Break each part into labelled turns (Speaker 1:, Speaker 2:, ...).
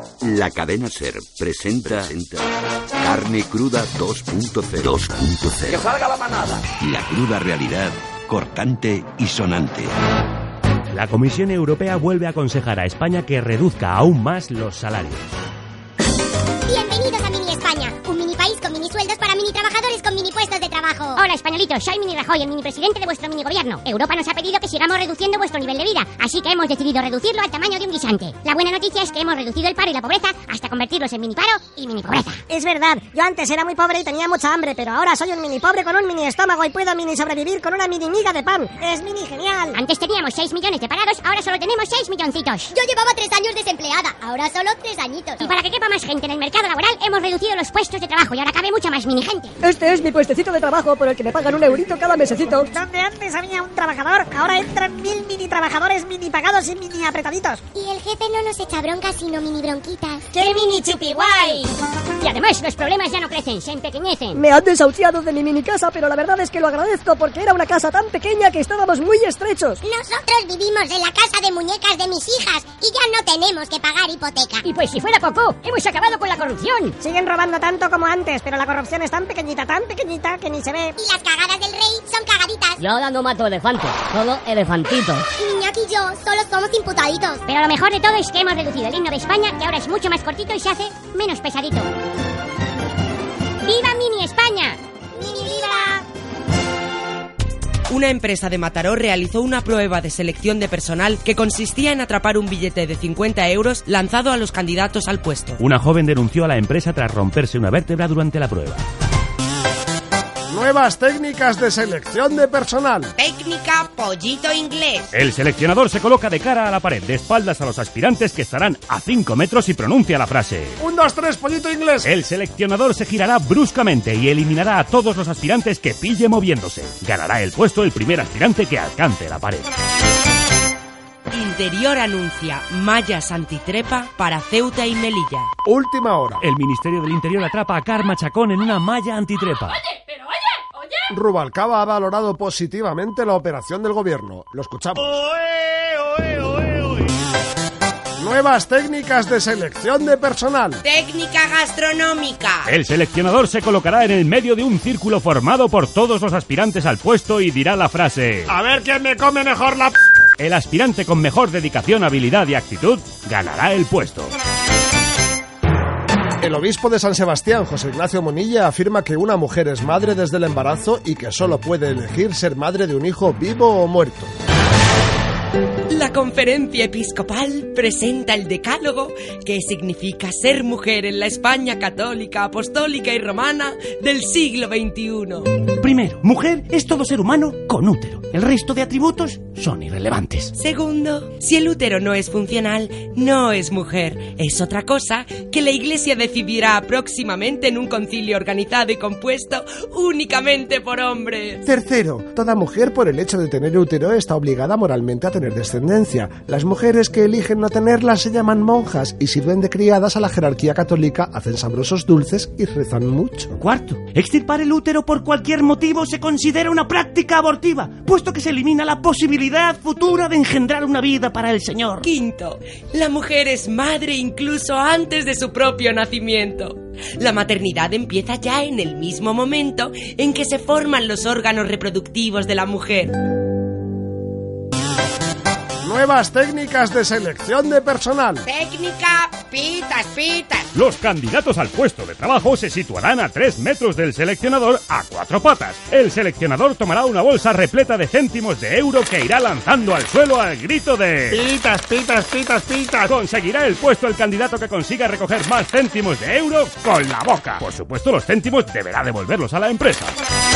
Speaker 1: La cadena SER presenta Carne Cruda 2.0.
Speaker 2: ¡Que salga la manada!
Speaker 1: La cruda realidad, cortante y sonante.
Speaker 3: La Comisión Europea vuelve a aconsejar a España que reduzca aún más los salarios.
Speaker 4: Bienvenidos a Mini España, un mini país con mini sueldos para mini trabajadores con mini puestos de trabajo.
Speaker 5: Hola españolitos, soy Mini Rajoy, el mini presidente de vuestro mini gobierno. Europa nos ha pedido que sigamos reduciendo vuestro nivel de vida, así que hemos decidido reducirlo al tamaño de un guisante. La buena noticia es que hemos reducido el paro y la pobreza hasta convertirlos en mini paro y mini pobreza.
Speaker 6: Es verdad, yo antes era muy pobre y tenía mucha hambre, pero ahora soy un mini pobre con un mini estómago y puedo mini sobrevivir con una mini miga de pan. Es mini genial.
Speaker 5: Antes teníamos 6 millones de parados, ahora solo tenemos 6 milloncitos.
Speaker 4: Yo llevaba 3 años desempleada, ahora solo 3 añitos.
Speaker 5: Y para que quepa más gente en el mercado laboral, hemos reducido los puestos de trabajo y ahora cabe mucha más mini gente.
Speaker 6: Este es mi puestecito de trabajo por el que me pagan €1 cada mesecito.
Speaker 7: Donde antes había un trabajador, ahora entran 1000 mini trabajadores mini pagados y mini apretaditos.
Speaker 4: Y el jefe no nos echa broncas, sino mini bronquitas.
Speaker 7: ¡Qué mini chupi guay!
Speaker 5: Y además los problemas ya no crecen, se empequeñecen.
Speaker 6: Me han desahuciado de mi mini casa, pero la verdad es que lo agradezco porque era una casa tan pequeña que estábamos muy estrechos.
Speaker 4: Nosotros vivimos en la casa de muñecas de mis hijas y ya no tenemos que pagar hipoteca.
Speaker 5: Y pues si fuera poco, hemos acabado con la corrupción.
Speaker 7: Siguen robando tanto como antes, pero la corrupción es tan pequeñita que ni se ve.
Speaker 4: Y las cagadas del rey son cagaditas.
Speaker 8: Yo ahora no mato elefantes, solo elefantitos.
Speaker 4: Y Iñaki y yo solo somos imputaditos.
Speaker 5: Pero lo mejor de todo es que hemos reducido el himno de España, que ahora es mucho más cortito y se hace menos pesadito. ¡Viva Mini España!
Speaker 4: ¡Mini viva!
Speaker 9: Una empresa de Mataró realizó una prueba de selección de personal que consistía en atrapar un billete de 50 euros lanzado a los candidatos al puesto.
Speaker 3: Una joven denunció a la empresa tras romperse una vértebra durante la prueba.
Speaker 10: Nuevas técnicas de selección de personal.
Speaker 9: Técnica pollito inglés.
Speaker 3: El seleccionador se coloca de cara a la pared, de espaldas a los aspirantes que estarán a 5 metros y pronuncia la frase.
Speaker 10: 1, 2, 3, pollito inglés.
Speaker 3: El seleccionador se girará bruscamente y eliminará a todos los aspirantes que pille moviéndose. Ganará el puesto el primer aspirante que alcance la pared.
Speaker 9: Interior anuncia mallas antitrepa para Ceuta y Melilla.
Speaker 10: Última hora.
Speaker 3: El Ministerio del Interior atrapa a Karma Chacón en una malla antitrepa.
Speaker 10: Rubalcaba ha valorado positivamente la operación del gobierno. Lo escuchamos. Nuevas técnicas de selección de personal.
Speaker 9: Técnica gastronómica.
Speaker 3: El seleccionador se colocará en el medio de un círculo formado por todos los aspirantes al puesto y dirá la frase:
Speaker 10: a ver quién me come mejor la...
Speaker 3: El aspirante con mejor dedicación, habilidad y actitud ganará el puesto.
Speaker 10: El obispo de San Sebastián, José Ignacio Monilla, afirma que una mujer es madre desde el embarazo y que solo puede elegir ser madre de un hijo vivo o muerto.
Speaker 9: La Conferencia Episcopal presenta el Decálogo, que significa ser mujer en la España católica, apostólica y romana del siglo XXI.
Speaker 11: Primero, mujer es todo ser humano con útero. El resto de atributos son irrelevantes.
Speaker 9: Segundo, si el útero no es funcional, no es mujer. Es otra cosa que la Iglesia decidirá próximamente en un concilio organizado y compuesto únicamente por hombres.
Speaker 10: Tercero, toda mujer por el hecho de tener útero está obligada moralmente a tener descendencia. Las mujeres que eligen no tenerla se llaman monjas y sirven de criadas a la jerarquía católica, hacen sabrosos dulces y rezan mucho.
Speaker 11: Cuarto, extirpar el útero por cualquier motivo se considera una práctica abortiva, puesto que se elimina la posibilidad futura de engendrar una vida para el Señor.
Speaker 9: Quinto, la mujer es madre incluso antes de su propio nacimiento. La maternidad empieza ya en el mismo momento en que se forman los órganos reproductivos de la mujer.
Speaker 10: Nuevas técnicas de selección de personal.
Speaker 9: Técnica pitas.
Speaker 3: Los candidatos al puesto de trabajo se situarán a 3 metros del seleccionador a 4 patas. El seleccionador tomará una bolsa repleta de céntimos de euro que irá lanzando al suelo al grito de...
Speaker 10: Pitas.
Speaker 3: Conseguirá el puesto el candidato que consiga recoger más céntimos de euro con la boca. Por supuesto, los céntimos deberá devolverlos a la empresa.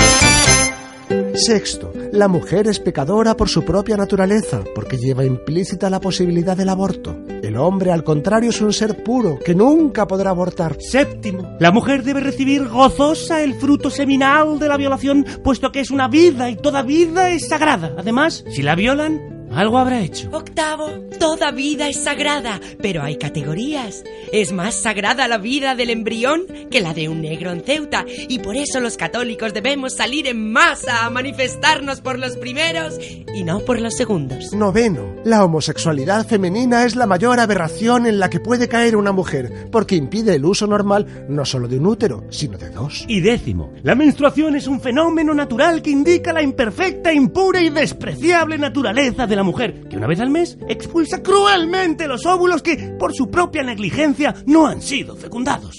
Speaker 10: Sexto, la mujer es pecadora por su propia naturaleza, porque lleva implícita la posibilidad del aborto. El hombre, al contrario, es un ser puro, que nunca podrá abortar.
Speaker 11: Séptimo, la mujer debe recibir gozosa el fruto seminal de la violación, puesto que es una vida y toda vida es sagrada. Además, si la violan, algo habrá hecho.
Speaker 9: Octavo, toda vida es sagrada, pero hay categorías. Es más sagrada la vida del embrión que la de un negro en Ceuta, y por eso los católicos debemos salir en masa a manifestarnos por los primeros y no por los segundos.
Speaker 10: 9. La homosexualidad femenina es la mayor aberración en la que puede caer una mujer, porque impide el uso normal no solo de un útero, sino de 2.
Speaker 11: Y 10. La menstruación es un fenómeno natural que indica la imperfecta, impura y despreciable naturaleza de la mujer, que una vez al mes expulsa cruelmente los óvulos que, por su propia negligencia, no han sido fecundados.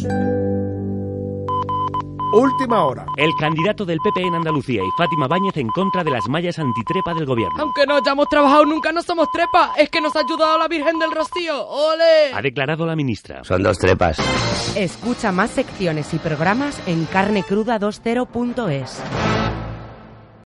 Speaker 10: Última hora.
Speaker 3: El candidato del PP en Andalucía y Fátima Báñez en contra de las mallas antitrepa del gobierno.
Speaker 2: Aunque no hayamos trabajado nunca, no somos trepa. Es que nos ha ayudado la Virgen del Rocío. ¡Ole!
Speaker 3: Ha declarado la ministra.
Speaker 12: Son 2 trepas.
Speaker 9: Escucha más secciones y programas en carnecruda20.es.